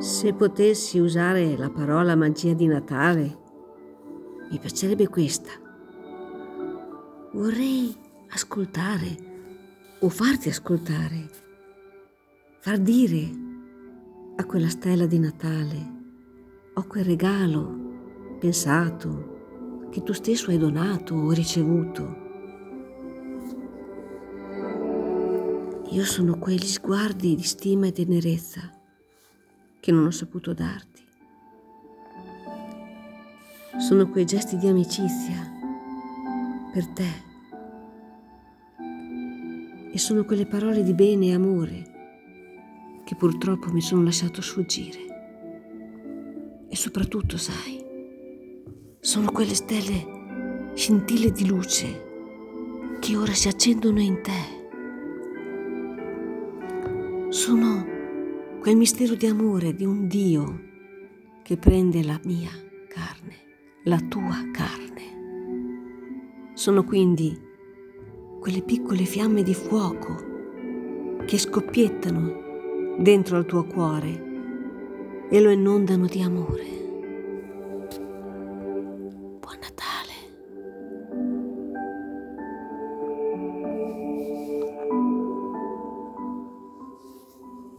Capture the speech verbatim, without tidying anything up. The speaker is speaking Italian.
Se potessi usare la parola magia di Natale, mi piacerebbe questa. Vorrei ascoltare o farti ascoltare, far dire a quella stella di Natale o a quel regalo pensato che tu stesso hai donato o ricevuto. Io sono quegli sguardi di stima e tenerezza che non ho saputo darti. Sono quei gesti di amicizia per te. E sono quelle parole di bene e amore che purtroppo mi sono lasciato sfuggire. E soprattutto, sai, sono quelle stelle scintille di luce che ora si accendono in te. Sono quel mistero di amore di un Dio che prende la mia carne, la tua carne. Sono quindi quelle piccole fiamme di fuoco che scoppiettano dentro al tuo cuore e lo inondano di amore. Buon Natale!